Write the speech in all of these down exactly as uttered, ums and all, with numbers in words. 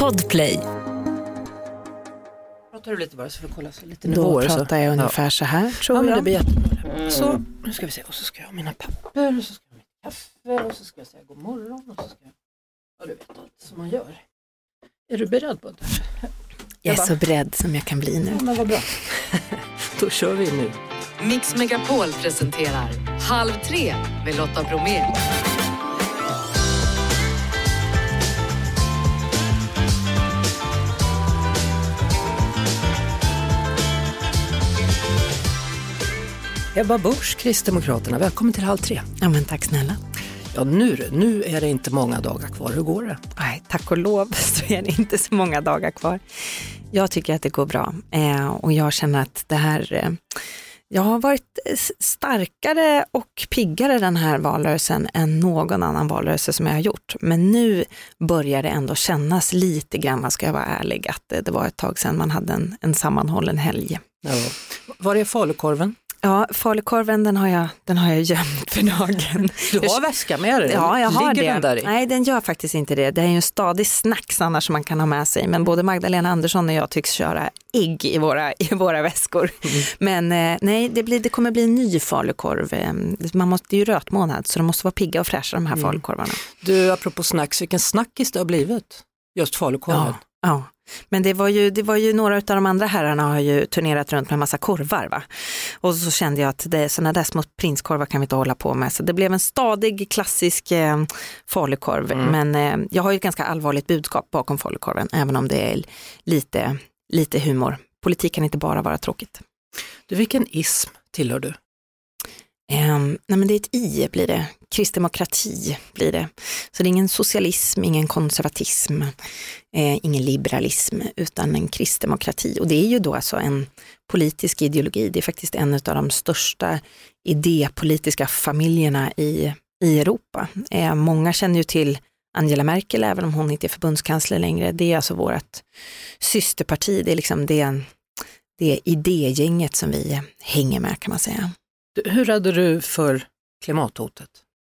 Podplay. Pratar du lite bara så får vi kolla så lite Då nivåer, pratar så. jag ungefär ja. så här, tror ja, men jag. det blir jättebra. Mm. Så, nu ska vi se. Och så ska jag ha mina papper, och så ska jag ha mitt kaffe, och så ska jag säga god morgon, och så ska jag... Ja, du vet allt som man gör. Är du beredd på det? Jag, jag är bara... så beredd som jag kan bli nu. Ja, men vad bra. Då kör vi nu. Mix Megapol presenterar Halv tre med Lotta Bromé. Ebba Busch, Kristdemokraterna. Välkommen till Halv tre. Ja, men tack snälla. Ja, nu, nu är det inte många dagar kvar. Hur går det? Nej, tack och lov så är det inte så många dagar kvar. Jag tycker att det går bra. Eh, och jag känner att det här... Eh, jag har varit starkare och piggare den här valrörelsen än någon annan valrörelse som jag har gjort. Men nu börjar det ändå kännas lite grann, ska jag vara ärlig, att det, det var ett tag sedan man hade en, en sammanhållen helg. Ja. Var är falukorven? Ja, falukorven den har jag, den har jag gömt för dagen. Du har väska med dig? Ja, jag har Ligger det. Den där i? Nej, den gör faktiskt inte det. Det är ju en stadig snacks annars som man kan ha med sig. Men både Magdalena Andersson och jag tycks köra ägg i våra, i våra väskor. Mm. Men eh, nej, det, blir, det kommer bli en ny falukorv. Man måste, det är ju rötmånad så de måste vara pigga och fräscha de här mm. falukorvarna. Du, apropå snacks, vilken snackis det har blivit? Just falukorven. Ja, ja. Men det var ju, det var ju några av de andra herrarna har ju turnerat runt med en massa korvar, va? Och så kände jag att det, såna där små prinskorvar kan vi inte hålla på med. Så det blev en stadig, klassisk eh, falukorv. Mm. Men eh, jag har ju ett ganska allvarligt budskap bakom falukorven, även om det är lite, lite humor. Politik kan inte bara vara tråkigt. Du, vilken ism tillhör du? Um, nej men det är ett I blir det. Kristdemokrati blir det. Så det är ingen socialism, ingen konservatism, eh, ingen liberalism utan en kristdemokrati. Och det är ju då alltså en politisk ideologi. Det är faktiskt en av de största idépolitiska familjerna i, i Europa. Eh, många känner ju till Angela Merkel även om hon inte är förbundskansler längre. Det är alltså vårt systerparti. Det är liksom det, det idégänget som vi hänger med, kan man säga. Hur räddar du för klimathotet?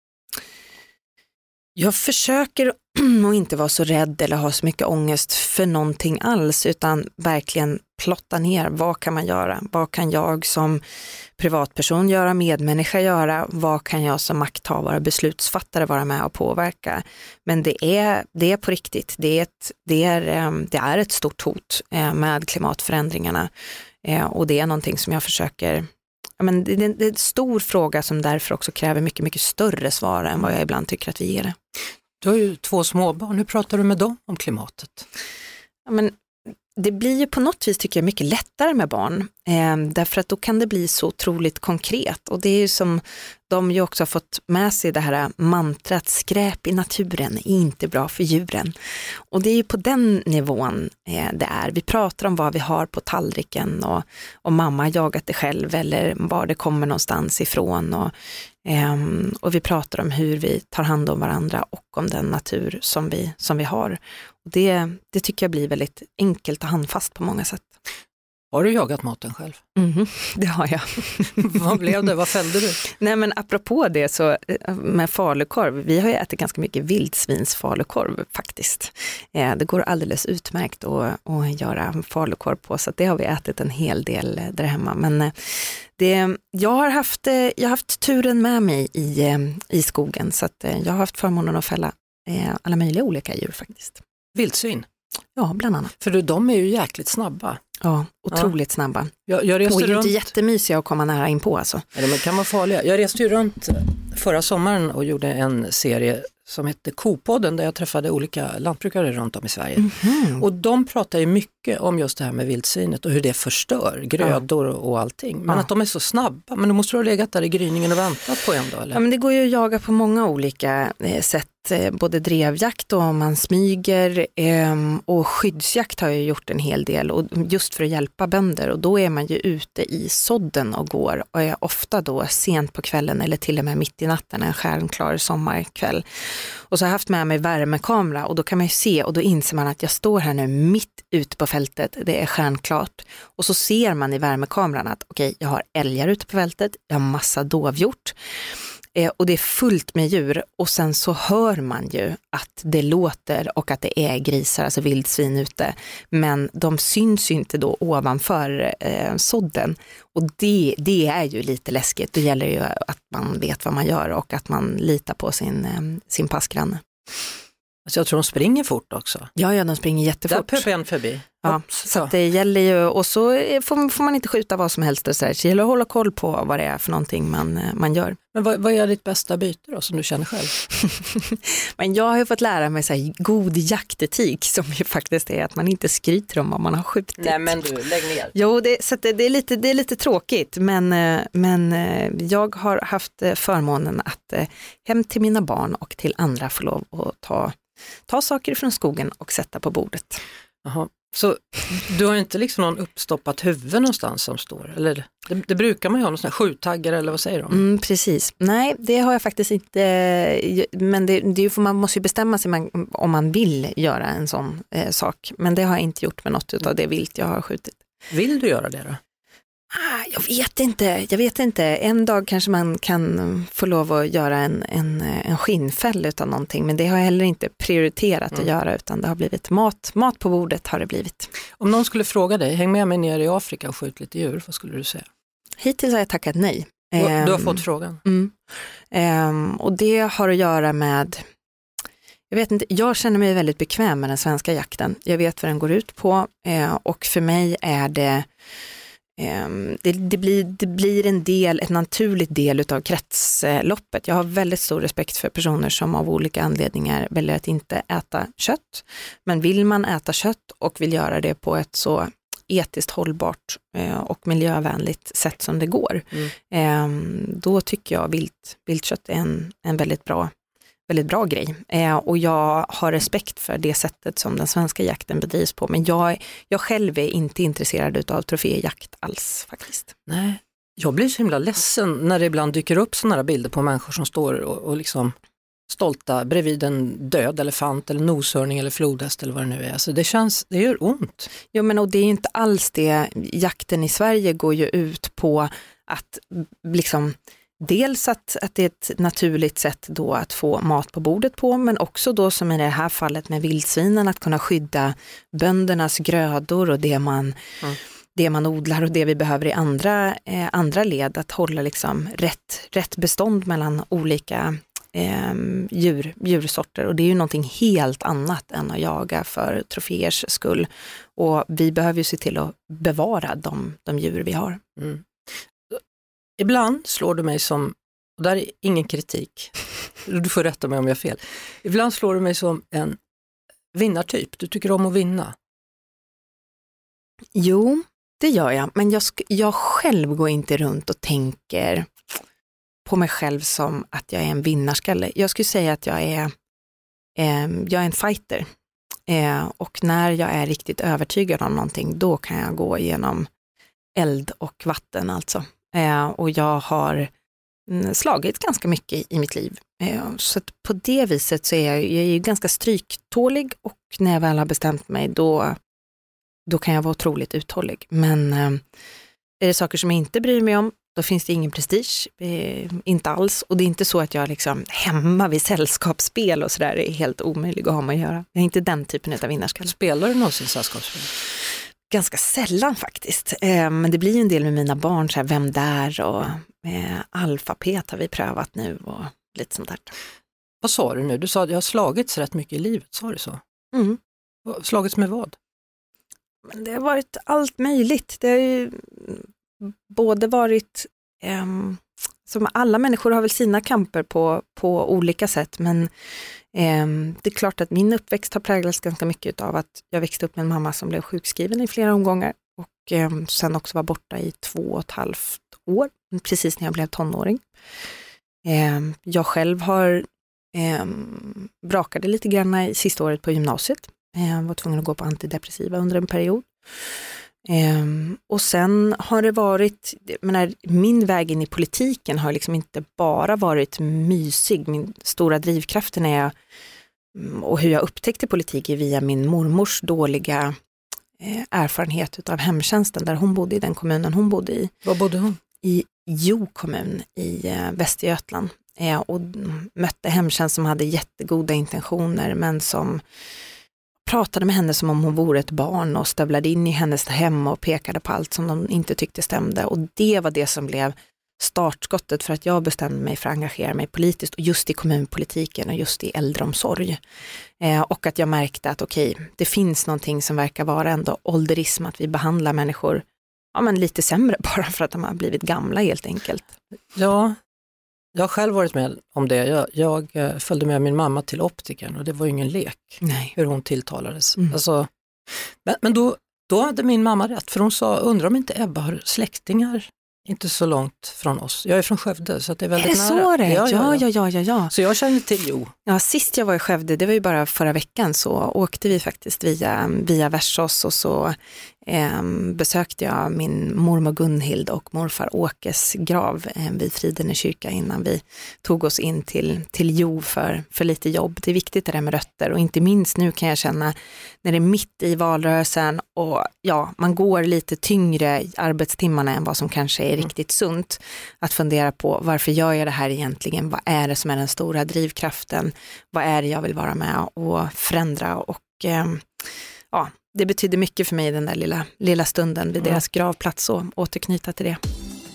Jag försöker att inte vara så rädd eller ha så mycket ångest för någonting alls, utan verkligen plotta ner. Vad kan man göra? Vad kan jag som privatperson göra, medmänniska göra? Vad kan jag som makthavare, beslutsfattare vara med och påverka? Men det är, det är på riktigt. Det är ett, det är, det är ett stort hot med klimatförändringarna. Och det är någonting som jag försöker... Ja, men det, det, det är en stor fråga som därför också kräver mycket, mycket större svar än vad jag ibland tycker att vi ger det. Du har ju två småbarn. Hur pratar du med dem om klimatet? Ja, men det blir ju på något vis, tycker jag, mycket lättare med barn. Eh, därför att då kan det bli så otroligt konkret. Och det är ju som de ju också har fått med sig det här mantrat, skräp i naturen är inte bra för djuren. Och det är ju på den nivån eh, det är. Vi pratar om vad vi har på tallriken och om mamma har jagat det själv eller var det kommer någonstans ifrån. Och, eh, och vi pratar om hur vi tar hand om varandra och om den natur som vi, som vi har. Och det, det tycker jag blir väldigt enkelt och handfast på många sätt. Har du jagat maten själv? Mm, det har jag. Vad blev det? Vad fällde du? Nej, men apropå det så med falukorv, vi har ju ätit ganska mycket vildsvinsfalukorv faktiskt. Eh, det går alldeles utmärkt att, att göra falukorv på, så att det har vi ätit en hel del där hemma. Men det, jag, har haft, jag har haft turen med mig i, i skogen, så att jag har haft förmånen att fälla alla möjliga olika djur faktiskt. Vildsvin? Ja, bland annat. För de är ju jäkligt snabba. Ja, otroligt ja. snabba. Jag, jag reste och är runt... inte jättemysiga att komma nära in på alltså. Ja, de kan vara farliga. Jag reste ju runt förra sommaren och gjorde en serie som hette Kopodden där jag träffade olika lantbrukare runt om i Sverige. Mm-hmm. Och de pratar ju mycket om just det här med vildsvinet och hur det förstör grödor ja. och allting. Men ja. att de är så snabba. Men då måste du ha legat där i gryningen och väntat på en dag, eller? Ja, men det går ju att jaga på många olika eh, sätt. Både drevjakt och man smyger eh, och skyddsjakt har jag gjort en hel del. Och just för att hjälpa bönder. Och då är man ju ute i sådden och går. Och är ofta då sent på kvällen eller till och med mitt i natten, en stjärnklar sommarkväll. Och så har jag haft med mig värmekamera och då kan man ju se och då inser man att jag står här nu mitt ute på fältet, det är stjärnklart. Och så ser man i värmekameran att okej, okay, jag har älgar ute på fältet, jag har massa dovhjort. Eh, och det är fullt med djur och sen så hör man ju att det låter och att det är grisar, alltså vildsvin ute. Men de syns ju inte då ovanför eh, sådden. Och det, det är ju lite läskigt. Det gäller ju att man vet vad man gör och att man litar på sin, eh, sin passgranne. Alltså jag tror de springer fort också. Ja, ja, de springer jättefort. Där pöper en förbi. Ja, så att det gäller ju, och så får, får man inte skjuta vad som helst och så, där. Så det gäller att hålla koll på vad det är för någonting man, man gör. Men vad, vad är ditt bästa byte då som du känner själv? Men jag har ju fått lära mig så här, god jaktetik som ju faktiskt är att man inte skryter om vad man har skjutit. Nej men du, lägg ner. Jo, det, så det, det, är lite, det är lite tråkigt men, men jag har haft förmånen att hem till mina barn och till andra få lov att ta, ta saker från skogen och sätta på bordet. Jaha. Så du har inte liksom någon uppstoppat huvud någonstans som står? Eller det, det brukar man ju ha, någon sån här skjutaggar eller vad säger de? Mm, precis. Nej, det har jag faktiskt inte. Men det, det är ju, man måste ju bestämma sig man, om man vill göra en sån eh, sak. Men det har jag inte gjort med något av det vilt jag har skjutit. Vill du göra det då? Ah, jag vet inte, jag vet inte. En dag kanske man kan få lov att göra en, en, en skinnfäll utan någonting. Men det har jag heller inte prioriterat mm. att göra utan det har blivit mat. Mat på bordet har det blivit. Om någon skulle fråga dig, häng med mig ner i Afrika och skjut lite djur, vad skulle du säga? Hittills har jag tackat nej. Du, du har fått frågan? Mm. Um, och det har att göra med, jag vet inte, jag känner mig väldigt bekväm med den svenska jakten. Jag vet vad den går ut på uh, och för mig är det Det, det, blir, det blir en del, en naturligt del utav kretsloppet. Jag har väldigt stor respekt för personer som av olika anledningar väljer att inte äta kött. Men vill man äta kött och vill göra det på ett så etiskt hållbart och miljövänligt sätt som det går, mm. då tycker jag vilt, viltkött är en, en väldigt bra väldigt bra grej. Eh, och jag har respekt för det sättet som den svenska jakten bedrivs på. Men jag, jag själv är inte intresserad av troféjakt alls faktiskt. Nej, jag blir så himla ledsen när det ibland dyker upp sådana här bilder på människor som står och, och liksom stolta bredvid en död elefant eller noshörning eller flodhäst eller vad det nu är. Alltså det känns, det gör ont. Jo, men och det är inte alls det. Jakten i Sverige går ju ut på att liksom dels att, att det är ett naturligt sätt då att få mat på bordet på, men också då som i det här fallet med vildsvinen att kunna skydda böndernas grödor och det man, mm. det man odlar och det vi behöver i andra, eh, andra led, att hålla liksom rätt, rätt bestånd mellan olika eh, djur, djursorter, och det är ju någonting helt annat än att jaga för troféers skull, och vi behöver ju se till att bevara de, de djur vi har. Mm. Ibland slår du mig som, och där är ingen kritik, du får rätta mig om jag har fel, ibland slår du mig som en vinnartyp, du tycker om att vinna. Jo, det gör jag, men jag, sk- jag själv går inte runt och tänker på mig själv som att jag är en vinnarskalle. Jag skulle säga att jag är, eh, jag är en fighter, eh, och när jag är riktigt övertygad om någonting, då kan jag gå igenom eld och vatten alltså. Eh, och jag har mm, slagit ganska mycket i mitt liv. Eh, så att på det viset så är jag, jag är ju ganska stryktålig, och när jag väl har bestämt mig då, då kan jag vara otroligt uthållig. Men eh, är det saker som jag inte bryr mig om, då finns det ingen prestige, eh, inte alls. Och det är inte så att jag liksom hemma vid sällskapsspel och sådär är helt omöjlig att ha med att göra. Jag är inte den typen av vinnarskalle. Spelar du någonsin sällskapsspel? Ganska sällan faktiskt. Eh, men det blir ju en del med mina barn, så här, vem där och eh, alfapet har vi prövat nu och lite sånt där. Vad sa du nu? Du sa att jag har slagits rätt mycket i livet, sa du så? Mm. Slagits med vad? Men det har varit allt möjligt. Det har ju både varit, eh, som alla människor har väl sina kamper på, på olika sätt, men eh, det är klart att min uppväxt har präglats ganska mycket av att jag växte upp med en mamma som blev sjukskriven i flera omgångar, och eh, sen också var borta i två och ett halvt år, precis när jag blev tonåring. Eh, jag själv har eh, brakade lite grann i sista året på gymnasiet. Jag var tvungen att gå på antidepressiva under en period. Um, och sen har det varit, menar, min väg in i politiken har liksom inte bara varit mysig. Min stora drivkraften är, och hur jag upptäckte politik är via min mormors dåliga eh, erfarenhet av hemtjänsten där hon bodde, i den kommunen hon bodde i. Var bodde hon? I Jo kommun i eh, Västergötland. eh, och mötte hemtjänst som hade jättegoda intentioner men som pratade med henne som om hon vore ett barn och stövlade in i hennes hem och pekade på allt som de inte tyckte stämde. Och det var det som blev startskottet för att jag bestämde mig för att engagera mig politiskt och just i kommunpolitiken och just i äldreomsorg. Eh, och att jag märkte att okej, okay, det finns någonting som verkar vara ändå ålderism, att vi behandlar människor ja, men lite sämre bara för att de har blivit gamla helt enkelt. Ja, jag har själv varit med om det. Jag, jag följde med min mamma till optikern och det var ju ingen lek. Nej. Hur hon tilltalades. Mm. Alltså, men men då, då hade min mamma rätt, för hon sa, undrar om inte Ebba har släktingar inte så långt från oss. Jag är från Skövde så att det är väldigt nära. Är det nära. så det? Ja, ja, ja, ja, ja, ja. Så jag känner till Jo. Ja, sist jag var i Skövde, det var ju bara förra veckan, så åkte vi faktiskt via, via Versås och så eh, besökte jag min mormor Gunhild och morfar Åkes grav eh, vid Fridene kyrka innan vi tog oss in till, till Jo för, för lite jobb. Det är viktigt det där med rötter och inte minst nu kan jag känna när det är mitt i valrörelsen och ja, man går lite tyngre arbetstimmarna än vad som kanske är mm. riktigt sunt. Att fundera på varför gör jag det här egentligen? Vad är det som är den stora drivkraften? Vad är det jag vill vara med och förändra? Och eh, ja, det betyder mycket för mig den där lilla, lilla stunden vid mm. deras gravplats och återknyta till det.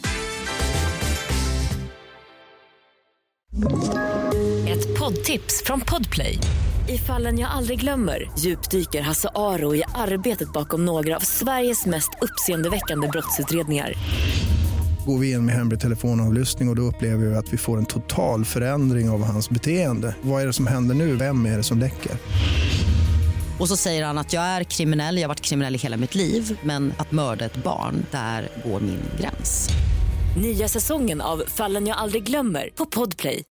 Ett poddtips från Podplay. I Fallen jag aldrig glömmer djupdyker Hasse Aro i arbetet bakom några av Sveriges mest uppseendeväckande brottsutredningar. Går vi in med hemlig telefonavlyssning och då upplever vi att vi får en total förändring av hans beteende. Vad är det som händer nu? Vem är det som läcker? Och så säger han att jag är kriminell, jag har varit kriminell i hela mitt liv. Men att mörda ett barn, där går min gräns. Nya säsongen av Fallen jag aldrig glömmer på Podplay.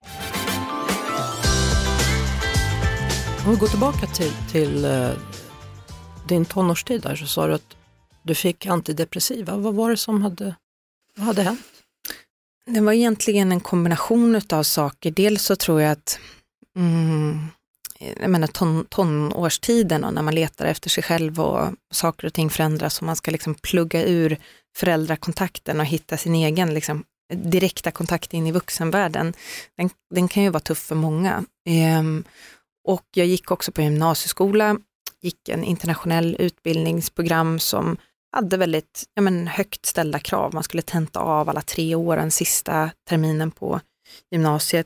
Om vi går tillbaka till, till uh, din tonårstid där, så sa du att du fick antidepressiva. Vad var det som hade, vad hade hänt? Det var egentligen en kombination av saker. Dels så tror jag att mm, jag menar ton, tonårstiden och när man letar efter sig själv och saker och ting förändras och man ska liksom plugga ur föräldrakontakten och hitta sin egen liksom, direkta kontakt in i vuxenvärlden. Den, den kan ju vara tuff för många. Ehm, och jag gick också på gymnasieskola, gick en internationell utbildningsprogram som hade väldigt ja men, högt ställda krav. Man skulle tenta av alla tre åren, sista terminen på gymnasiet.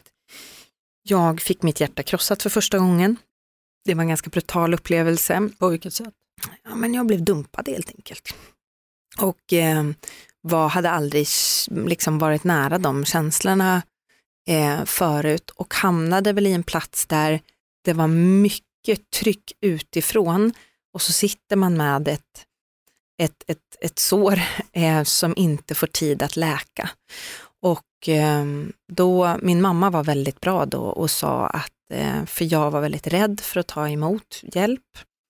Jag fick mitt hjärta krossat för första gången. Det var en ganska brutal upplevelse. På vilket sätt? Ja, men jag blev dumpad helt enkelt. Och eh, var, hade aldrig liksom varit nära de känslorna eh, förut. Och hamnade väl i en plats där det var mycket tryck utifrån. Och så sitter man med ett, ett, ett, ett sår eh, som inte får tid att läka. Och eh, då, min mamma var väldigt bra då och sa att, eh, för jag var väldigt rädd för att ta emot hjälp.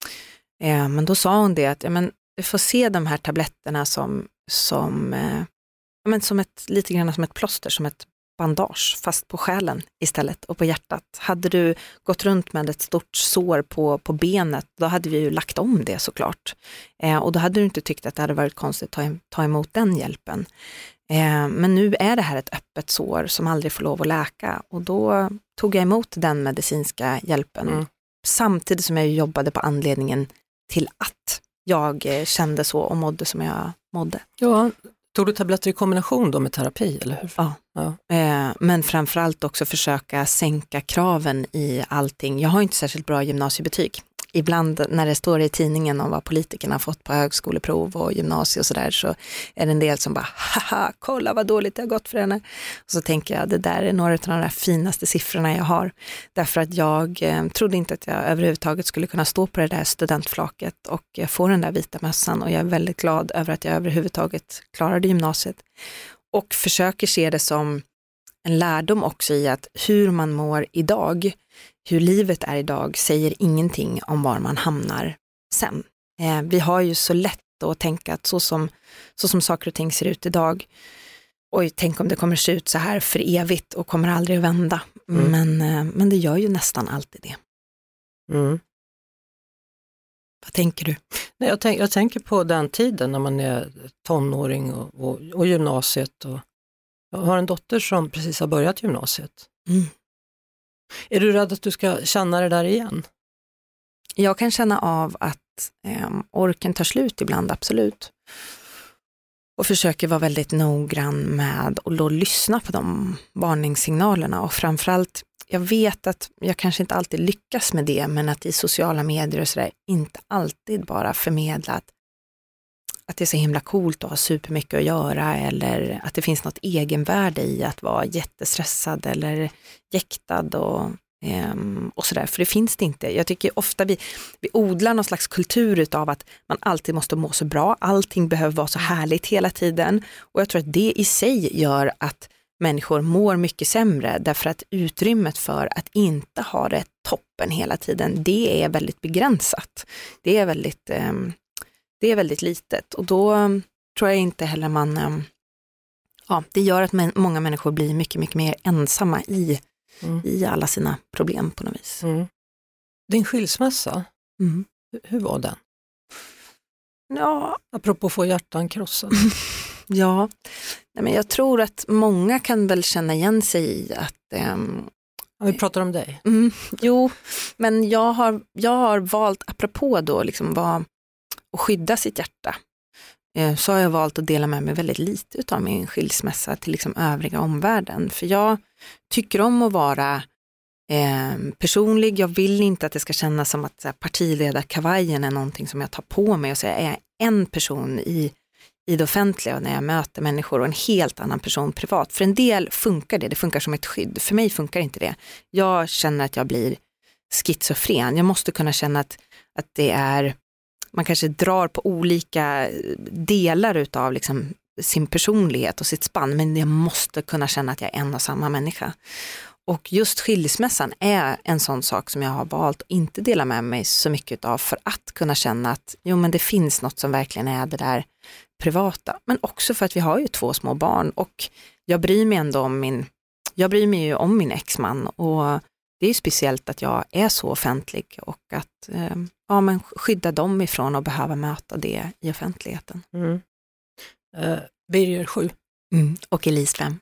Eh, men då sa hon det att ja, men, du får se de här tabletterna som, som, eh, ja, men som ett, lite grann som ett plåster, som ett bandage fast på själen istället och på hjärtat. Hade du gått runt med ett stort sår på, på benet, då hade vi ju lagt om det såklart. Eh, och då hade du inte tyckt att det hade varit konstigt att ta, ta emot den hjälpen. Eh, men nu är det här ett öppet sår som aldrig får lov att läka. Och då tog jag emot den medicinska hjälpen. Mm. Samtidigt som jag jobbade på anledningen till att jag kände så och mådde som jag mådde. Ja, tog du tabletter i kombination då med terapi, eller hur? Ja, ja. Eh, men framförallt också försöka sänka kraven i allting. Jag har inte särskilt bra gymnasiebetyg. Ibland när det står i tidningen om vad politikerna har fått på högskoleprov och gymnasie och sådär, så är det en del som bara, haha, kolla vad dåligt det har gått för henne. Och så tänker jag, det där är några av de där finaste siffrorna jag har. Därför att jag eh, trodde inte att jag överhuvudtaget skulle kunna stå på det där studentflaket och eh, få den där vita mössan. Och jag är väldigt glad över att jag överhuvudtaget klarade gymnasiet. Och försöker se det som en lärdom också i att hur man mår idag, hur livet är idag, säger ingenting om var man hamnar sen. Eh, vi har ju så lätt att tänka att så som, så som saker och ting ser ut idag, oj, tänk om det kommer se ut så här för evigt och kommer aldrig att vända. Mm. Men, eh, men det gör ju nästan alltid det. Mm. Vad tänker du? Nej, jag, tänk, jag tänker på den tiden när man är tonåring och, och, och gymnasiet. Och jag har en dotter som precis har börjat gymnasiet. Mm. Är du rädd att du ska känna det där igen? Jag kan känna av att eh, orken tar slut ibland, absolut. Och försöker vara väldigt noggrann med att då lyssna på de varningssignalerna. Och framförallt, jag vet att jag kanske inte alltid lyckas med det, men att i sociala medier och sådär inte alltid bara förmedla att, att det är så himla coolt att ha supermycket att göra, eller att det finns något egenvärde i att vara jättestressad eller jäktad och, um, och sådär. För det finns det inte. Jag tycker ofta vi, vi odlar någon slags kultur utav att man alltid måste må så bra. Allting behöver vara så härligt hela tiden. Och jag tror att det i sig gör att människor mår mycket sämre, därför att utrymmet för att inte ha det toppen hela tiden, det är väldigt begränsat. Det är väldigt, um, det är väldigt litet, och då um, tror jag inte heller man, um, ja, det gör att man, många människor blir mycket, mycket mer ensamma i, mm. i alla sina problem på något vis. Mm. Din skilsmässa, Mm. hur var den? Ja, apropå få hjärtan krossade. ja. Nej, men jag tror att många kan väl känna igen sig i att um, ja, vi pratar om dig. Mm, jo, men jag har, jag har valt, apropå då liksom vad, att skydda sitt hjärta, eh, så har jag valt att dela med mig väldigt lite av min skilsmässa till liksom övriga omvärlden. För jag tycker om att vara eh, personlig. Jag vill inte att det ska kännas som att så här, partiledarkavajen är någonting som jag tar på mig och så jag är en person i i det offentliga och när jag möter människor och en helt annan person privat. För en del funkar det, det funkar som ett skydd. För mig funkar inte det. Jag känner att jag blir schizofren. Jag måste kunna känna att, att det är, man kanske drar på olika delar utav liksom sin personlighet och sitt spann, men jag måste kunna känna att jag är en och samma människa. Och just skilsmässan är en sån sak som jag har valt att inte dela med mig så mycket av, för att kunna känna att jo, men det finns något som verkligen är det där privata. Men också för att vi har ju två små barn och jag bryr mig ändå om min, jag bryr mig ju om min exman, och det är ju speciellt att jag är så offentlig och att eh, ja, men skydda dem ifrån att behöva möta det i offentligheten. Mm. Uh, Birger sju. Mm. Och Elise fem.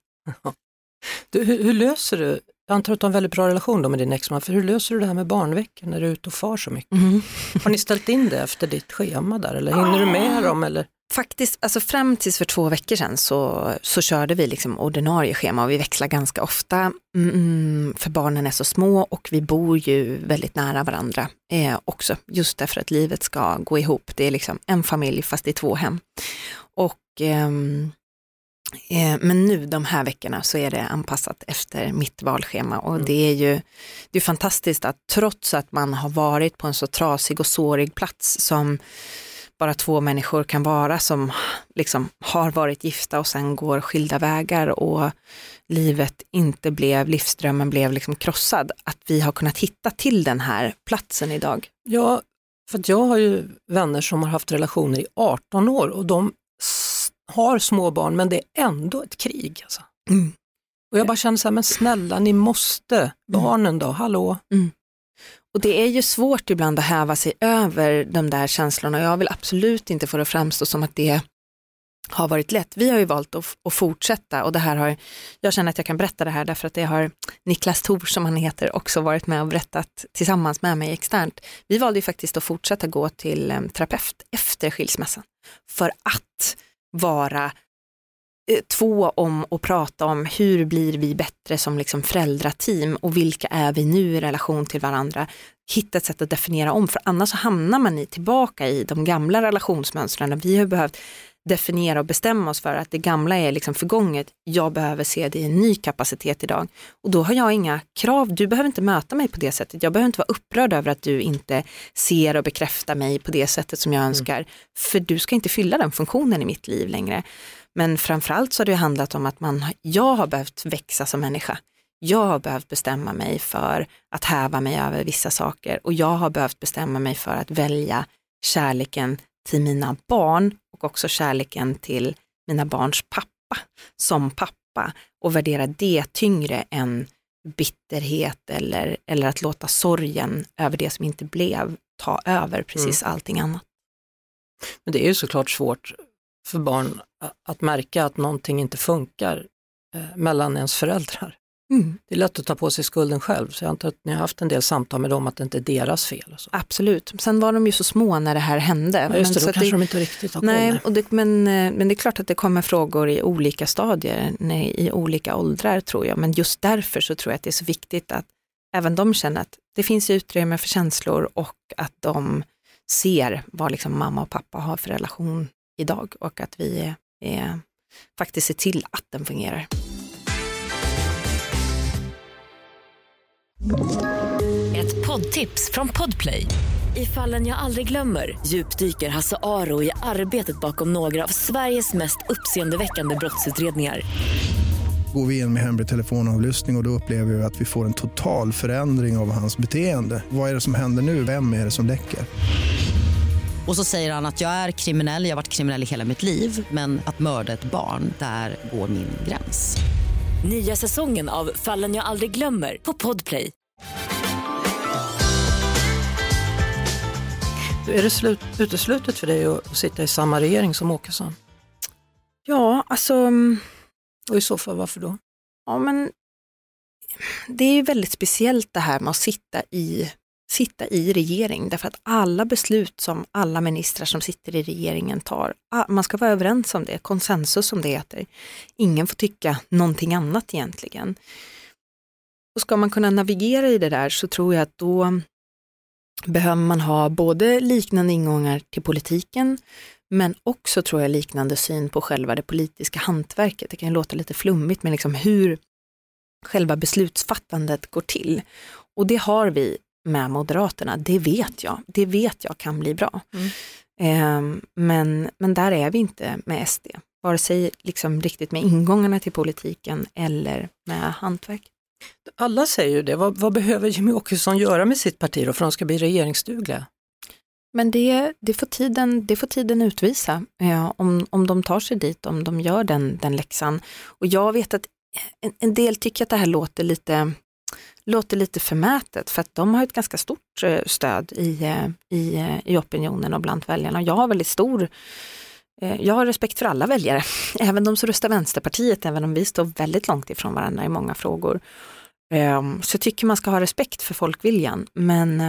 Du, hur, hur löser du, jag antar att du har en väldigt bra relation då med din exman, för hur löser du det här med barnveckor när du är ute och far så mycket? Mm. Har ni ställt in det efter ditt schema där, eller hinner du med dem? Eller? Faktiskt, alltså fram tills för två veckor sedan så, så körde vi liksom ordinarie schema och vi växlar ganska ofta, mm, för barnen är så små och vi bor ju väldigt nära varandra eh, också, just därför att livet ska gå ihop. Det är liksom en familj fast i två hem. Och ehm, Eh, men nu de här veckorna så är det anpassat efter mitt valschema, och mm. det är ju det är fantastiskt att trots att man har varit på en så trasig och sårig plats som bara två människor kan vara, som liksom har varit gifta och sen går skilda vägar och livet inte blev, livsdrömmen blev liksom krossad, att vi har kunnat hitta till den här platsen idag. Ja, för att jag har ju vänner som har haft relationer i arton år och de har små barn, men det är ändå ett krig. Alltså. Mm. Och jag bara känner så här, men snälla, ni måste, barnen då, hallå. Mm. Och det är ju svårt ibland att häva sig över de där känslorna. Jag vill absolut inte få det framstå som att det har varit lätt. Vi har ju valt att, att fortsätta, och det här har, jag känner att jag kan berätta det här därför att det har Niklas Thor, som han heter, också varit med och berättat tillsammans med mig externt. Vi valde ju faktiskt att fortsätta gå till um, terapeut efter skilsmässan för att vara eh, två om och prata om hur blir vi bättre som liksom föräldrateam och vilka är vi nu i relation till varandra. Hitta ett sätt att definiera om, för annars så hamnar man i, tillbaka i de gamla relationsmönstren. Vi har behövt definiera och bestämma oss för att det gamla är liksom förgånget. Jag behöver se det i en ny kapacitet idag. Och då har jag inga krav. Du behöver inte möta mig på det sättet. Jag behöver inte vara upprörd över att du inte ser och bekräftar mig på det sättet som jag önskar. Mm. För du ska inte fylla den funktionen i mitt liv längre. Men framförallt så har det handlat om att man, jag har behövt växa som människa. Jag har behövt bestämma mig för att häva mig över vissa saker. Och jag har behövt bestämma mig för att välja kärleken till mina barn och också kärleken till mina barns pappa som pappa, och värdera det tyngre än bitterhet eller, eller att låta sorgen över det som inte blev ta över precis mm. allting annat. Men det är ju såklart svårt för barn att märka att någonting inte funkar eh, mellan ens föräldrar. Mm. Det är lätt att ta på sig skulden själv, så jag antar att ni har haft en del samtal med dem att det inte är deras fel. Och så. Absolut. Sen var de ju så små när det här hände. Ja, just det, men då så kanske det, de inte riktigt har nej, koll. och det, men, men det är klart att det kommer frågor i olika stadier, nej, i olika åldrar tror jag. Men just därför så tror jag att det är så viktigt att även de känner att det finns utrymme för känslor och att de ser vad liksom mamma och pappa har för relation idag och att vi är, är, faktiskt ser till att den fungerar. Ett poddtips från Podplay. I Fallen jag aldrig glömmer djupdyker Hasse Aro i arbetet bakom några av Sveriges mest uppseendeväckande brottsutredningar. Går vi in med hemlig telefonavlyssning och, och då upplever vi att vi får en total förändring av hans beteende. Vad är det som händer nu? Vem är det som läcker? Och så säger han att jag är kriminell, jag har varit kriminell i hela mitt liv. Men att mörda ett barn, där går min gräns. Nya säsongen av Fallen jag aldrig glömmer på Podplay. Är det slut, uteslutet för dig att sitta i samma regering som Åkesson? Ja, alltså... Och i så fall varför då? Ja, men det är ju väldigt speciellt det här med att sitta i, sitta i regering. Därför att alla beslut som alla ministrar som sitter i regeringen tar, man ska vara överens om det, konsensus som det heter. Ingen får tycka någonting annat egentligen. Och ska man kunna navigera i det där så tror jag att då behöver man ha både liknande ingångar till politiken, men också tror jag liknande syn på själva det politiska hantverket. Det kan ju låta lite flummigt, men liksom hur själva beslutsfattandet går till. Och det har vi med Moderaterna, det vet jag. Det vet jag kan bli bra. Mm. Eh, men, men där är vi inte med S D. Vare sig liksom riktigt med ingångarna till politiken eller med hantverk. Alla säger ju det. Vad, vad behöver Jimmie Åkesson göra med sitt parti då för att de ska bli regeringsdugliga? Men det, det, får tiden, det får tiden utvisa. Eh, om, om de tar sig dit, om de gör den, den läxan. Och jag vet att en, en del tycker att det här låter lite, låter lite förmätet. För att de har ett ganska stort stöd i, i, i opinionen och bland väljarna. Jag har väldigt stor... Jag har respekt för alla väljare, även de som röstar Vänsterpartiet, även om vi står väldigt långt ifrån varandra i många frågor. Så jag tycker man ska ha respekt för folkviljan, men,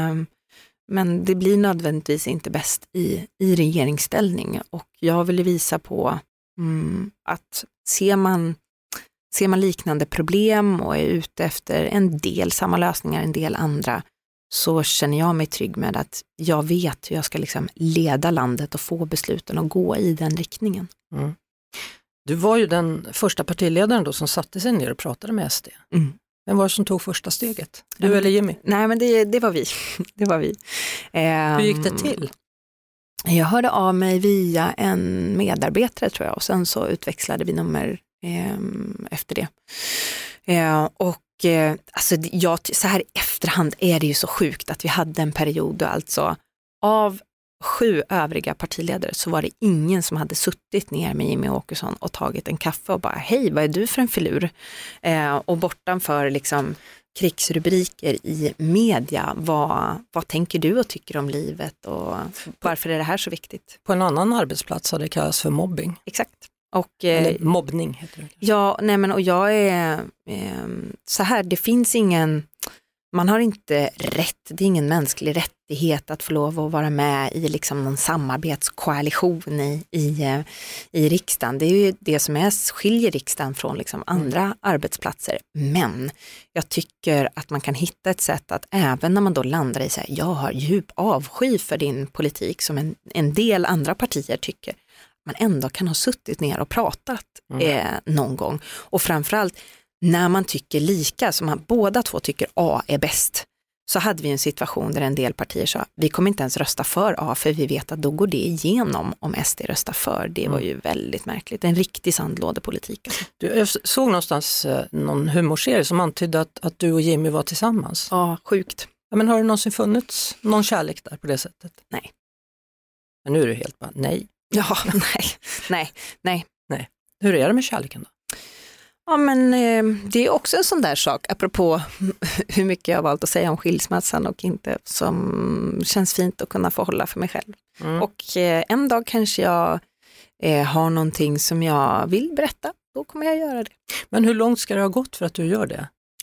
men det blir nödvändigtvis inte bäst i, i regeringsställning. Och jag vill visa på mm, att ser man, ser man liknande problem och är ute efter en del samma lösningar, en del andra, så känner jag mig trygg med att jag vet hur jag ska liksom leda landet och få besluten och gå i den riktningen. Mm. Du var ju den första partiledaren då som satte sig ner och pratade med S D. Mm. Vem var det som tog första steget? Du mm. eller Jimmy? Nej, men det, det var vi. det var vi. Eh, hur gick det till? Jag hörde av mig via en medarbetare tror jag och sen så utväxlade vi nummer eh, efter det. Eh, och Alltså, ja, så här i efterhand är det ju så sjukt att vi hade en period då alltså av sju övriga partiledare så var det ingen som hade suttit ner med Jimmie Åkesson och tagit en kaffe och bara hej, vad är du för en filur? Eh, och bortanför liksom krigsrubriker i media, vad, vad tänker du och tycker om livet och varför är det här så viktigt? På en annan arbetsplats hade det kallats för mobbing. Exakt. Och, Eller mobbning heter det. Ja, nej men och jag är eh, så här, det finns ingen, man har inte rätt, det är ingen mänsklig rättighet att få lov att vara med i liksom någon samarbetskoalition i, i, i riksdagen. Det är ju det som är, skiljer riksdagen från liksom andra mm. arbetsplatser. Men jag tycker att man kan hitta ett sätt att även när man då landar i så här, jag har djup avsky för din politik som en, en del andra partier tycker, man ändå kan ha suttit ner och pratat mm. eh, någon gång. Och framförallt när man tycker lika, som man båda två tycker A är bäst, så hade vi en situation där en del partier sa, vi kommer inte ens rösta för A för vi vet att då går det igenom om S D röstar för. Det var ju väldigt märkligt. En riktig sandlådepolitik. Alltså. Du, jag såg någonstans eh, någon humorserie som antydde att, att du och Jimmy var tillsammans. Ja, sjukt. Ja, men har det någonsin funnits någon kärlek där på det sättet? Nej. Men nu är det helt bara nej. Ja, nej, nej, nej. nej. Hur är det med kärleken då? Ja, men eh, det är också en sån där sak, apropå hur mycket jag har valt att säga om skilsmässan och inte, som känns fint att kunna få hålla för mig själv. Mm. Och eh, en dag kanske jag eh, har någonting som jag vill berätta, då kommer jag göra det. Men hur långt ska det ha gått för att du gör det?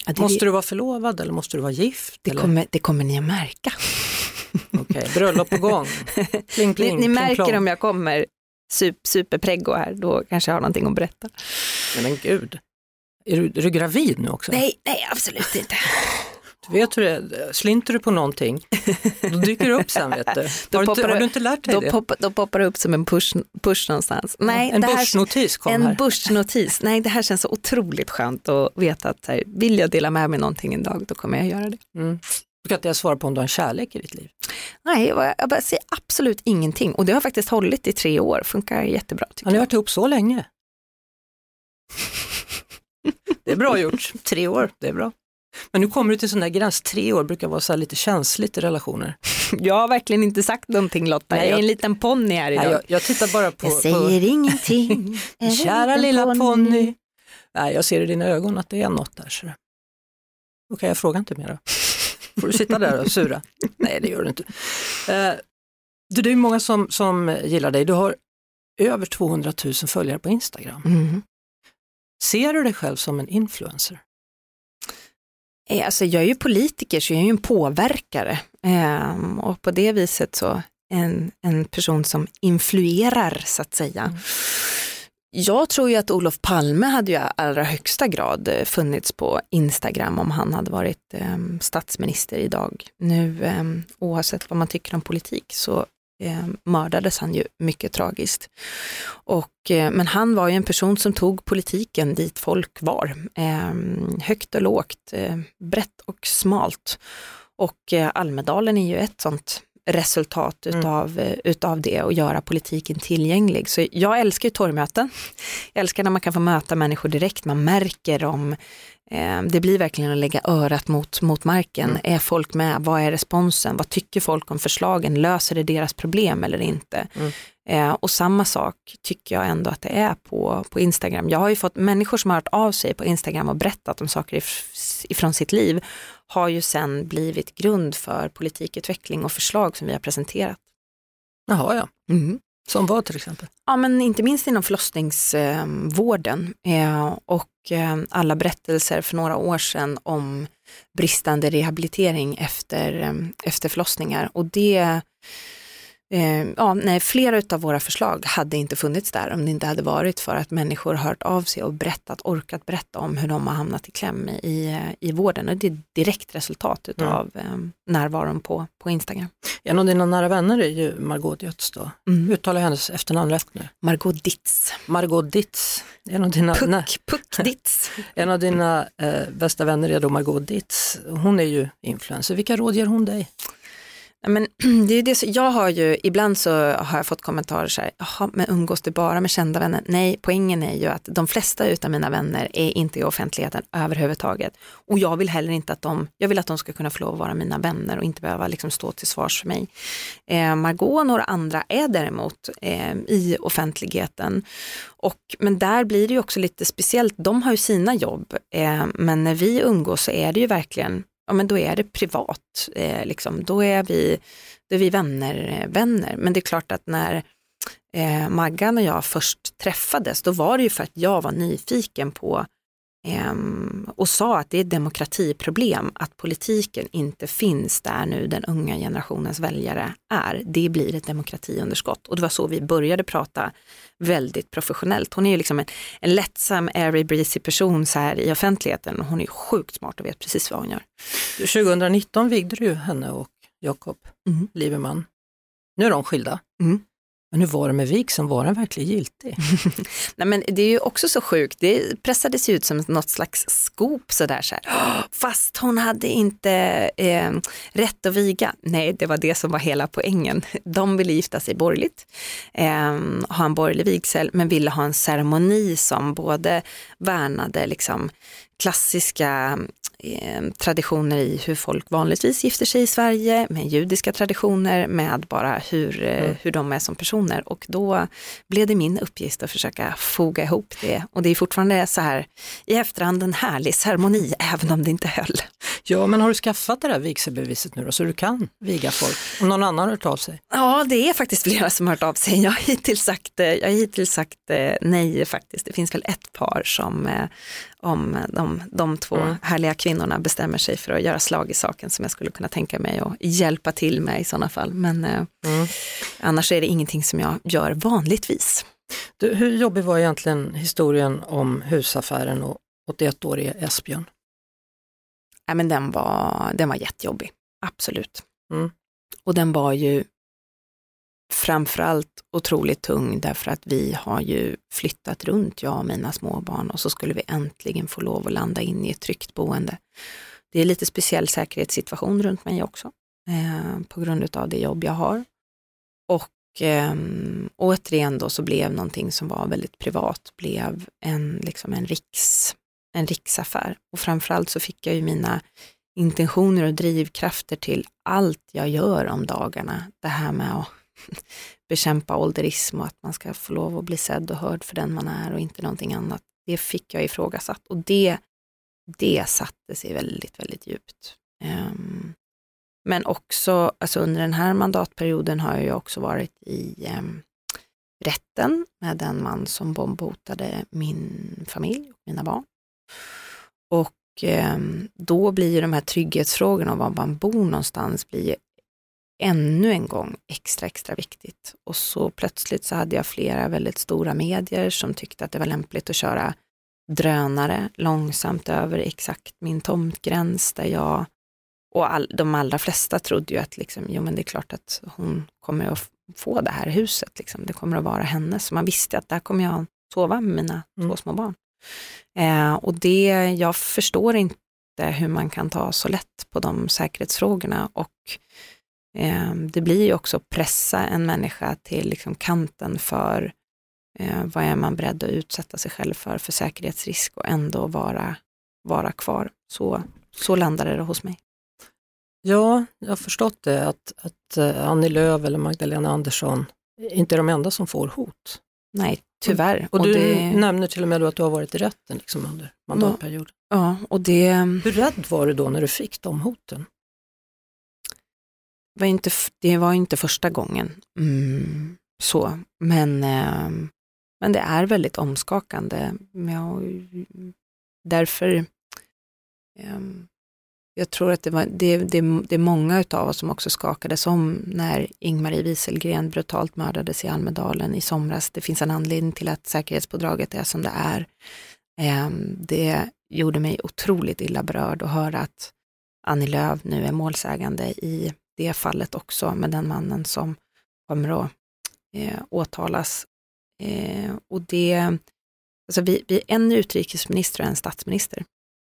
Ja, det måste är... du vara förlovad eller måste du vara gift? Det, eller? kommer, det kommer ni att märka. Okej, okay, bröllop på gång. Kling, kling, ni ni märker kling, om jag kommer super, superpreggo här, då kanske jag har någonting att berätta. Men, men gud, är du, är du gravid nu också? Nej, nej, absolut inte. Du vet hur det är, slinter du på någonting, då dyker det upp sen, vet du. Då Har, du inte, poppar har du inte lärt dig då det? Poppar, då poppar det upp som en push, push någonstans. Nej, en det här, börsnotis kom en här. börsnotis. Nej, det här känns så otroligt skönt att veta att här, vill jag dela med mig någonting en dag, då kommer jag göra det. Mm. Du kan inte jag svara på om du har en kärlek i ditt liv? Nej, jag, jag bara säger absolut ingenting. Och det har faktiskt hållit i tre år. Funkar jättebra. Har ni varit ihop så länge? Det är bra gjort. Tre år, det är bra. Men nu kommer du till sån där gräns. Tre år brukar vara så här lite känsligt i relationer. Jag har verkligen inte sagt någonting, Lotta. Nej, jag är jag, en liten ponny här idag. Nej, jag, jag tittar bara på... Jag säger på, ingenting. Kära lilla ponny. ponny. Nej, jag ser i dina ögon att det är något där. Så. Okej, okay, jag frågar inte mer då. Får du sitta där och sura? Nej, det gör du inte. Uh, du, det är många som, som gillar dig. Du har över tvåhundratusen följare på Instagram. Mm. Ser du dig själv som en influencer? Alltså, jag är ju politiker, så jag är ju en påverkare. Um, och på det viset så en, en person som influerar, så att säga. Mm. Jag tror ju att Olof Palme hade ju i allra högsta grad funnits på Instagram om han hade varit um, statsminister idag. Nu, um, oavsett vad man tycker om politik, så eh, mördades han ju mycket tragiskt. Och, eh, men han var ju en person som tog politiken dit folk var. Eh, högt och lågt, eh, brett och smalt. Och eh, Almedalen är ju ett sånt resultat utav, mm. utav det, och göra politiken tillgänglig. Så jag älskar ju torgmöten. Jag älskar när man kan få möta människor direkt. Man märker om eh, det blir verkligen att lägga örat mot, mot marken. Mm. Är folk med? Vad är responsen? Vad tycker folk om förslagen? Löser det deras problem eller inte? Mm. Eh, och samma sak tycker jag ändå att det är på, på Instagram. Jag har ju fått människor som har hört av sig på Instagram och berättat om saker if- ifrån sitt liv, har ju sen blivit grund för politikutveckling och förslag som vi har presenterat. Jaha, ja. Mm. Som vad till exempel? Ja, men inte minst inom förlossningsvården eh, och eh, alla berättelser för några år sedan om bristande rehabilitering efter, eh, efter förlossningar. Och det, eh, ja, nej, flera av våra förslag hade inte funnits där om det inte hade varit för att människor har hört av sig och berättat, orkat berätta om hur de har hamnat i kläm i, i vården. Och det är direkt resultat av mm. eh, närvaron på, på Instagram. En av dina nära vänner är ju Margot Dietz då. Mm. Uttalar hennes efternamn rätt nu? Margot Dietz. Margot Dietz. En av dina, Puck, nej. Puck Dietz. En av dina eh, bästa vänner är då Margot Dietz. Hon är ju influencer. Vilka råd ger hon dig? Men det är det så, jag har ju, ibland så har jag fått kommentarer så här, jaha, men umgås du bara med kända vänner? Nej, poängen är ju att de flesta utav mina vänner är inte i offentligheten överhuvudtaget. Och jag vill heller inte att de, jag vill att de ska kunna få lov att vara mina vänner och inte behöva liksom stå till svars för mig. Eh, Margot och några andra är däremot eh, i offentligheten. Och, men där blir det ju också lite speciellt, de har ju sina jobb, eh, men när vi umgås så är det ju verkligen, ja, men då är det privat, eh, liksom. då, är vi, då är vi vänner, vänner. Men det är klart att när eh, Maggan och jag först träffades, då var det ju för att jag var nyfiken på eh, och sa att det är ett demokratiproblem att politiken inte finns där nu den unga generationens väljare är. Det blir ett demokratiunderskott. Och det var så vi började prata väldigt professionellt. Hon är ju liksom en, en lättsam, airy, breezy person så här i offentligheten. Hon är sjukt smart och vet precis vad hon gör. tjugonitton vigde du henne och Jakob mm. Liverman. Nu är de skilda. Mm. Men hur var det med vigseln? Var den verkligen giltig? Nej, men det är ju också så sjukt. Det pressades ut som något slags skop sådär så här. Fast hon hade inte eh, rätt att viga. Nej, det var det som var hela poängen. De ville gifta sig borgerligt. Eh, ha en borgerlig vigsel, men ville ha en ceremoni som både värnade liksom klassiska eh, traditioner i hur folk vanligtvis gifter sig i Sverige, med judiska traditioner, med bara hur, eh, mm. hur de är som personer. Och då blev det min uppgift att försöka foga ihop det. Och det är fortfarande så här i efterhand en härlig ceremoni, även om det inte höll. Ja, men har du skaffat det där vigselbeviset nu då, så du kan viga folk? Om någon annan har hört av sig? Ja, det är faktiskt flera som har hört av sig. Jag har hittills sagt, jag har hittills sagt nej faktiskt. Det finns väl ett par som, om de de, de två mm. härliga kvinnorna bestämmer sig för att göra slag i saken som jag skulle kunna tänka mig och hjälpa till med i sådana fall. Men eh, mm. annars är det ingenting som jag gör vanligtvis. Du, hur jobbig var egentligen historien om husaffären och åttioett-årige Esbjörn? Ja, men den var, den var jättejobbig, absolut. Mm. Och den var ju framförallt otroligt tung därför att vi har ju flyttat runt, jag och mina småbarn, och så skulle vi äntligen få lov att landa in i ett tryggt boende. Det är lite speciell säkerhetssituation runt mig också eh, på grund av det jobb jag har. Och eh, återigen då så blev någonting som var väldigt privat, blev en, liksom en, riks, en riksaffär. Och framförallt så fick jag ju mina intentioner och drivkrafter till allt jag gör om dagarna. Det här med att bekämpa ålderism och att man ska få lov att bli sedd och hörd för den man är och inte någonting annat. Det fick jag ifrågasatt och det, det satte sig väldigt, väldigt djupt. Um, men också alltså under den här mandatperioden har jag också varit i um, rätten med den man som bombhotade min familj och mina barn. Och um, då blir ju de här trygghetsfrågorna och var man bor någonstans blir ännu en gång extra, extra viktigt. Och så plötsligt så hade jag flera väldigt stora medier som tyckte att det var lämpligt att köra drönare långsamt över exakt min tomtgräns där jag, och all, de allra flesta trodde ju att liksom, jo men det är klart att hon kommer att få det här huset, liksom. Det kommer att vara hennes. Så man visste att där kommer jag sova med mina mm. två små barn. Eh, och det, jag förstår inte hur man kan ta så lätt på de säkerhetsfrågorna och eh, det blir ju också pressa en människa till liksom kanten för eh, vad är man beredd att utsätta sig själv för för säkerhetsrisk och ändå vara, vara kvar. Så, så landade det hos mig. Ja, jag har förstått det att, att Annie Lööf eller Magdalena Andersson inte är de enda som får hot. Nej, tyvärr. Och, och du det... nämner till och med då att du har varit i rätten liksom under mandatperioden. Ja, och det... Hur rädd var du då när du fick de hoten? Var inte, det var inte första gången. Mm, så, men, eh, men det är väldigt omskakande. Ja, därför... Eh, Jag tror att det var det, det, det är många av oss som också skakades om när Ingmarie Wieselgren brutalt mördades i Almedalen i somras. Det finns en anledning till att säkerhetspådraget är som det är. Det gjorde mig otroligt illa berörd att höra att Annie Lööf nu är målsägande i det fallet också med den mannen som kommer att eh, åtalas. Eh, och det, alltså vi, vi är en utrikesminister och en statsminister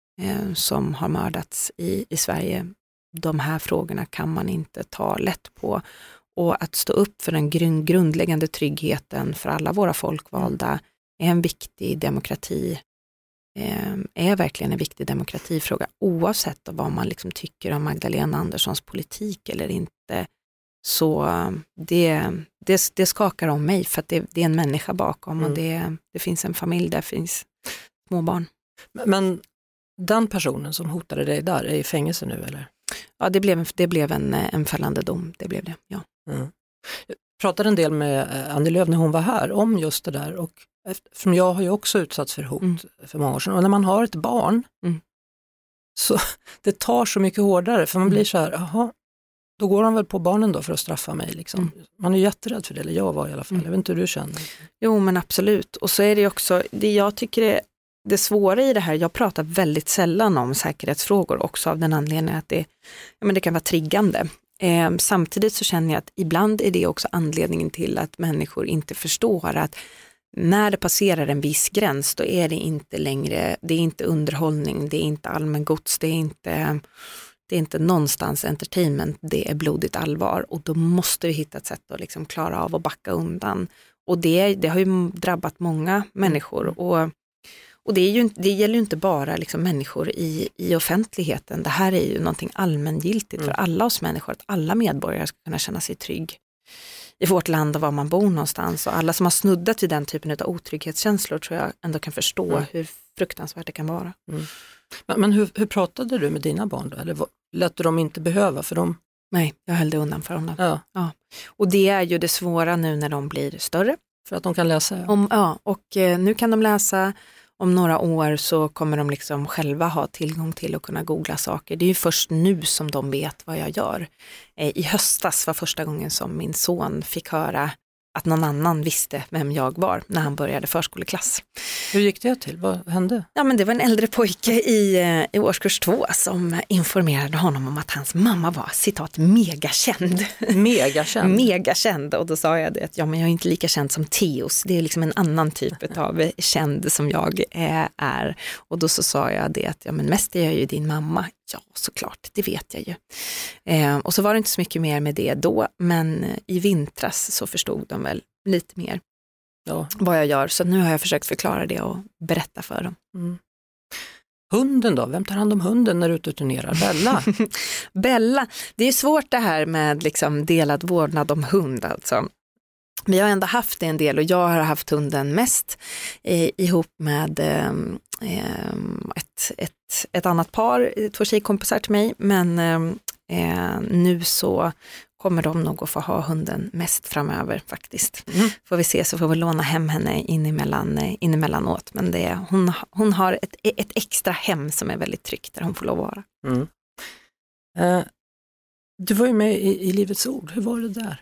som har mördats i, i Sverige. De här frågorna kan man inte ta lätt på. Och att stå upp för den grund, grundläggande tryggheten för alla våra folkvalda är en viktig demokrati, eh, är verkligen en viktig demokratifråga oavsett vad man liksom tycker om Magdalena Anderssons politik eller inte. Så det, det, det skakar om mig för att det, det är en människa bakom mm. och det, det finns en familj, där finns små barn. Men den personen som hotade dig där är i fängelse nu, eller? Ja, det blev, det blev en, en fällande dom, det blev det, ja. Mm. Jag pratade en del med Annie Lööf när hon var här om just det där, och eftersom jag har ju också utsatts för hot mm. för många år sedan, och när man har ett barn mm. så det tar så mycket hårdare, för man blir så här, jaha, då går de väl på barnen då för att straffa mig liksom. Mm. Man är jätterädd för det, eller jag var i alla fall, mm. jag vet inte hur du känner. Jo, men absolut, och så är det också, det jag tycker är det svåra i det här, jag pratar väldigt sällan om säkerhetsfrågor också av den anledningen att det, ja, men det kan vara triggande. Eh, samtidigt så känner jag att ibland är det också anledningen till att människor inte förstår att när det passerar en viss gräns då är det inte längre, det är inte underhållning, det är inte allmän gods, det är inte, det är inte någonstans entertainment, det är blodigt allvar och då måste vi hitta ett sätt att liksom klara av att backa undan. Och det, det har ju drabbat många människor och Och det, är ju, det gäller ju inte bara liksom människor i, i offentligheten. Det här är ju någonting allmängiltigt mm. för alla oss människor. Att alla medborgare ska kunna känna sig trygg i vårt land och var man bor någonstans. Och alla som har snuddat vid den typen av otrygghetskänslor tror jag ändå kan förstå mm. hur fruktansvärt det kan vara. Mm. Men, men hur, hur pratade du med dina barn då? Eller lät du dem inte behöva för dem? Nej, jag höll det undan för dem. Ja. Ja. Och det är ju det svåra nu när de blir större. För att de kan läsa? Ja, Om, ja och eh, nu kan de läsa. om några år så kommer de liksom själva ha tillgång till att kunna googla saker. Det är ju först nu som de vet vad jag gör. I höstas var första gången som min son fick höra att någon annan visste vem jag var när han började förskoleklass. Hur gick det till? Vad hände? Ja, men det var en äldre pojke i, i årskurs två som informerade honom om att hans mamma var, citat, megakänd. Megakänd? Megakänd. Och då sa jag det att ja, men jag är inte lika känd som Theos. Det är liksom en annan typ av känd som jag är. Och då så sa jag det att ja, men mest är jag ju din mamma. Ja, såklart, det vet jag ju. Eh, och så var det inte så mycket mer med det då, men i vintras så förstod de väl lite mer ja. vad jag gör. Så nu har jag försökt förklara det och berätta för dem. Mm. Hunden då? Vem tar hand om hunden när du ute och turnerar? Bella? Bella, det är svårt det här med liksom delad vårdnad om hund alltså. Vi har ändå haft det en del och jag har haft hunden mest eh, ihop med eh, ett, ett, ett annat par, två tjejkompisar till mig. Men eh, nu så kommer de nog att få ha hunden mest framöver faktiskt. Mm. Får vi se så får vi låna hem henne in emellan, in emellanåt. Men det, hon, hon har ett, ett extra hem som är väldigt tryggt där hon får lov att vara. Mm. Eh, du var ju med i, i Livets ord, hur var det där?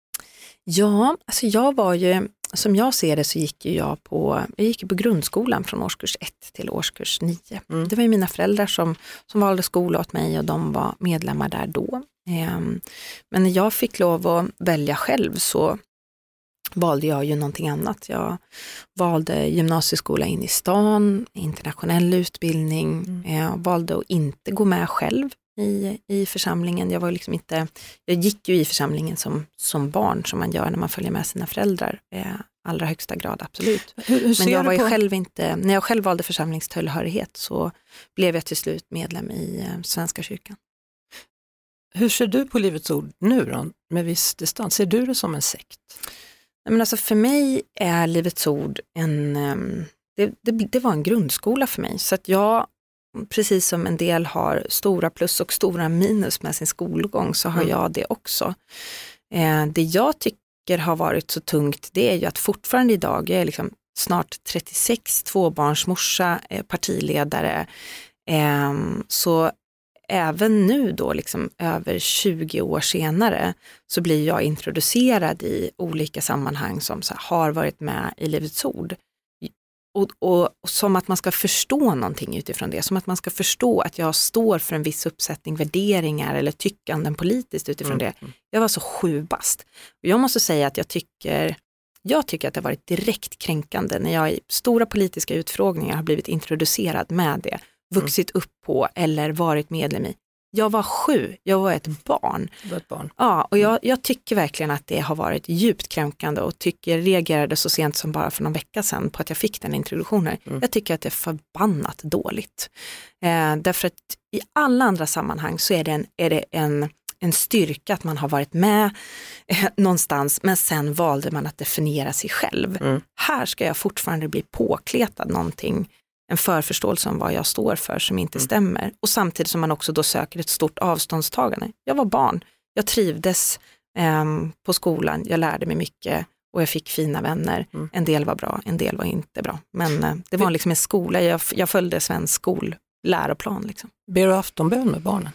Ja, alltså jag var ju, som jag ser det så gick ju jag på, jag gick på grundskolan från årskurs ett till årskurs nio. Mm. Det var ju mina föräldrar som, som valde skola åt mig och de var medlemmar där då. Um, men när jag fick lov att välja själv så valde jag ju någonting annat. Jag valde gymnasieskola in i stan, internationell utbildning. Mm. Jag valde att inte gå med själv i, i församlingen. Jag var liksom inte, jag gick ju i församlingen som, som barn som man gör när man följer med sina föräldrar. Eh, allra högsta grad, absolut. Hur, hur Men jag var ju på... själv inte, när jag själv valde församlingstillhörighet så blev jag till slut medlem i eh, Svenska kyrkan. Hur ser du på Livets ord nu då, med viss distans? Ser du det som en sekt? Men alltså för mig är Livets ord en, det, det, det var en grundskola för mig. Så att jag, precis som en del har stora plus och stora minus med sin skolgång så har mm. jag det också. Eh, det jag tycker har varit så tungt det är ju att fortfarande idag, jag är liksom snart trettiosex, tvåbarnsmorsa, eh, partiledare. Eh, så även nu då liksom över tjugo år senare så blir jag introducerad i olika sammanhang som så här, har varit med i Livets ord. Och, och, och som att man ska förstå någonting utifrån det. Som att man ska förstå att jag står för en viss uppsättning värderingar eller tyckanden politiskt utifrån mm. det. Jag var så sjubast. Och jag måste säga att jag tycker, jag tycker att det har varit direkt kränkande när jag i stora politiska utfrågningar har blivit introducerad med det. Vuxit upp på eller varit medlem i. Jag var sju, jag var ett barn. Du var ett barn. Ja, och jag, jag tycker verkligen att det har varit djupt kränkande och tycker, reagerade så sent som bara för någon vecka sedan på att jag fick den introduktionen. Mm. Jag tycker att det är förbannat dåligt. Eh, därför att i alla andra sammanhang så är det en, är det en, en styrka att man har varit med eh, någonstans men sen valde man att definiera sig själv. Mm. Här ska jag fortfarande bli påkletad någonting, en förförståelse om vad jag står för som inte mm. stämmer. Och samtidigt som man också då söker ett stort avståndstagande. Jag var barn, jag trivdes eh, på skolan, jag lärde mig mycket och jag fick fina vänner. Mm. En del var bra, en del var inte bra. Men eh, det var liksom en skola, jag, jag följde svensk skolläroplan. Liksom. Ber du aftonbön med barnen?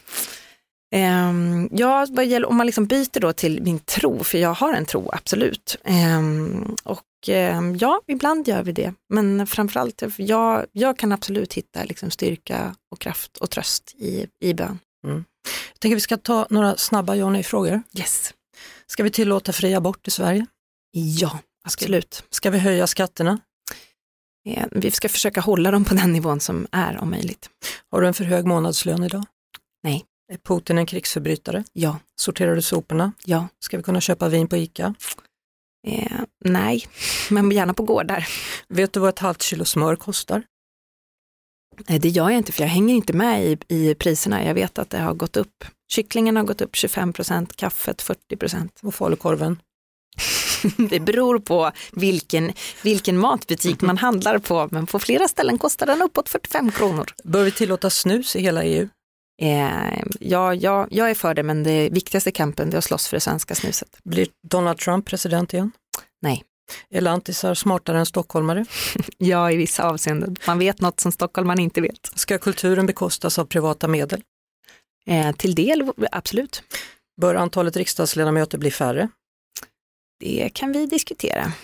Um, ja, om man liksom byter då till min tro, för jag har en tro, absolut. Um, och um, ja, ibland gör vi det. Men framförallt, jag, jag kan absolut hitta liksom styrka och kraft och tröst i, i bön. Mm. Jag tänker vi ska ta några snabba ja-nej-frågor. Yes. Ska vi tillåta fri abort i Sverige? Ja, absolut. Ska, ska vi höja skatterna? Ja, vi ska försöka hålla dem på den nivån som är om möjligt. Har du en för hög månadslön idag? Nej. Är Putin en krigsförbrytare? Ja. Sorterar du soporna? Ja. Ska vi kunna köpa vin på ICA? Eh, nej, men gärna på gårdar. Vet du vad ett halvt kilo smör kostar? Nej, det gör jag inte för jag hänger inte med i, i priserna. Jag vet att det har gått upp. Kycklingen har gått upp tjugofem procent, kaffet fyrtio procent. Och falukorven? Det beror på vilken, vilken matbutik man handlar på. Men på flera ställen kostar den uppåt fyrtiofem kronor. Bör vi tillåta snus i hela E U? Eh, ja, ja, jag är för det, men det viktigaste kampen är att slåss för det svenska snuset. Blir Donald Trump president igen? Nej. Är lantisar smartare än stockholmare? Ja, i vissa avseenden. Man vet något som stockholmaren inte vet. Ska kulturen bekostas av privata medel? Eh, till del, absolut. Bör antalet riksdagsledamöter bli färre? Det kan vi diskutera.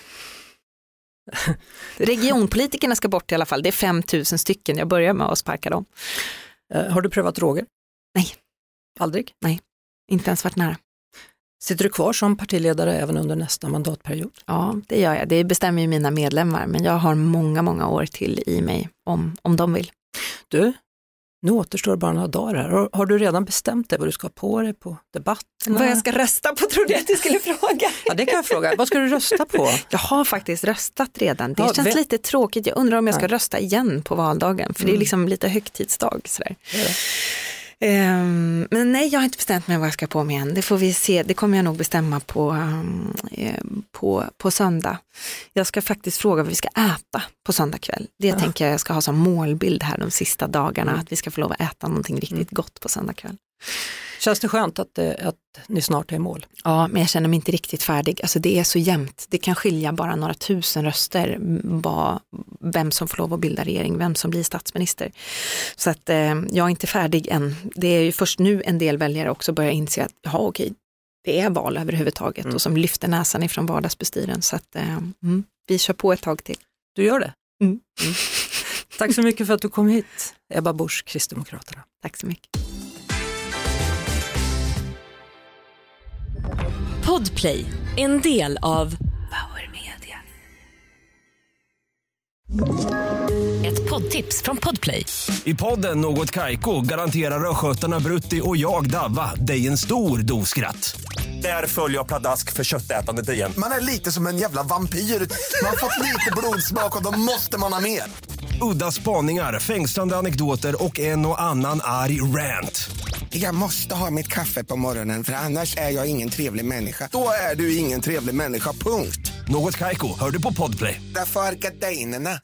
Regionpolitikerna ska bort i alla fall. Det är fem tusen stycken. Jag börjar med att sparka dem. Eh, har du prövat droger? Nej. Aldrig? Nej, inte ens varit nära. Sitter du kvar som partiledare även under nästa mandatperiod? Ja, det gör jag. Det bestämmer ju mina medlemmar. Men jag har många, många år till i mig om, om de vill. Du, nu återstår bara några dagar här. Har, har du redan bestämt dig vad du ska ha på dig på debatten? Vad jag ska rösta på, trodde jag att du skulle fråga. Ja, det kan jag fråga. Vad ska du rösta på? Jag har faktiskt röstat redan. Det Ja, känns vem... lite tråkigt. Jag undrar om jag ska Nej. rösta igen på valdagen. För mm. det är liksom lite högtidsdag. Sådär. Det är det. Um, men nej, jag har inte bestämt mig vad jag ska på mig än. Det får vi se. Det kommer jag nog bestämma på, um, eh, på, på söndag. Jag ska faktiskt fråga vad vi ska äta på söndag kväll. Det ja. tänker jag jag ska ha som målbild här de sista dagarna. Mm. Att vi ska få lov att äta någonting riktigt mm. gott på söndag kväll. Känns det skönt att, att ni snart är i mål? Ja, men jag känner mig inte riktigt färdig. Alltså det är så jämnt. Det kan skilja bara några tusen röster vad, vem som får lov att bilda regering, vem som blir statsminister. Så att eh, jag är inte färdig än. Det är ju först nu en del väljare också börjar inse att ja, okej, det är val överhuvudtaget mm. och som lyfter näsan ifrån vardagsbestyren. Så att eh, mm, vi kör på ett tag till. Du gör det? Mm. Mm. Tack så mycket för att du kom hit, Ebba Busch, Kristdemokraterna. Tack så mycket. Podplay, en del av Power Media. Ett poddtips från Podplay. I podden Något Kaiko garanterar röskötarna Brutti och jag Davva dig en stor doskratt. Där följer jag pladask för köttätandet igen. Man är lite som en jävla vampyr. Man har fått lite blodsmak och då måste man ha mer. Udda spaningar, fängslande anekdoter och en och annan arg rant. Jag måste ha mitt kaffe på morgonen för annars är jag ingen trevlig människa. Då är du ingen trevlig människa, punkt. Något Kaiko, hör du på Podplay. Därför är gardinerna.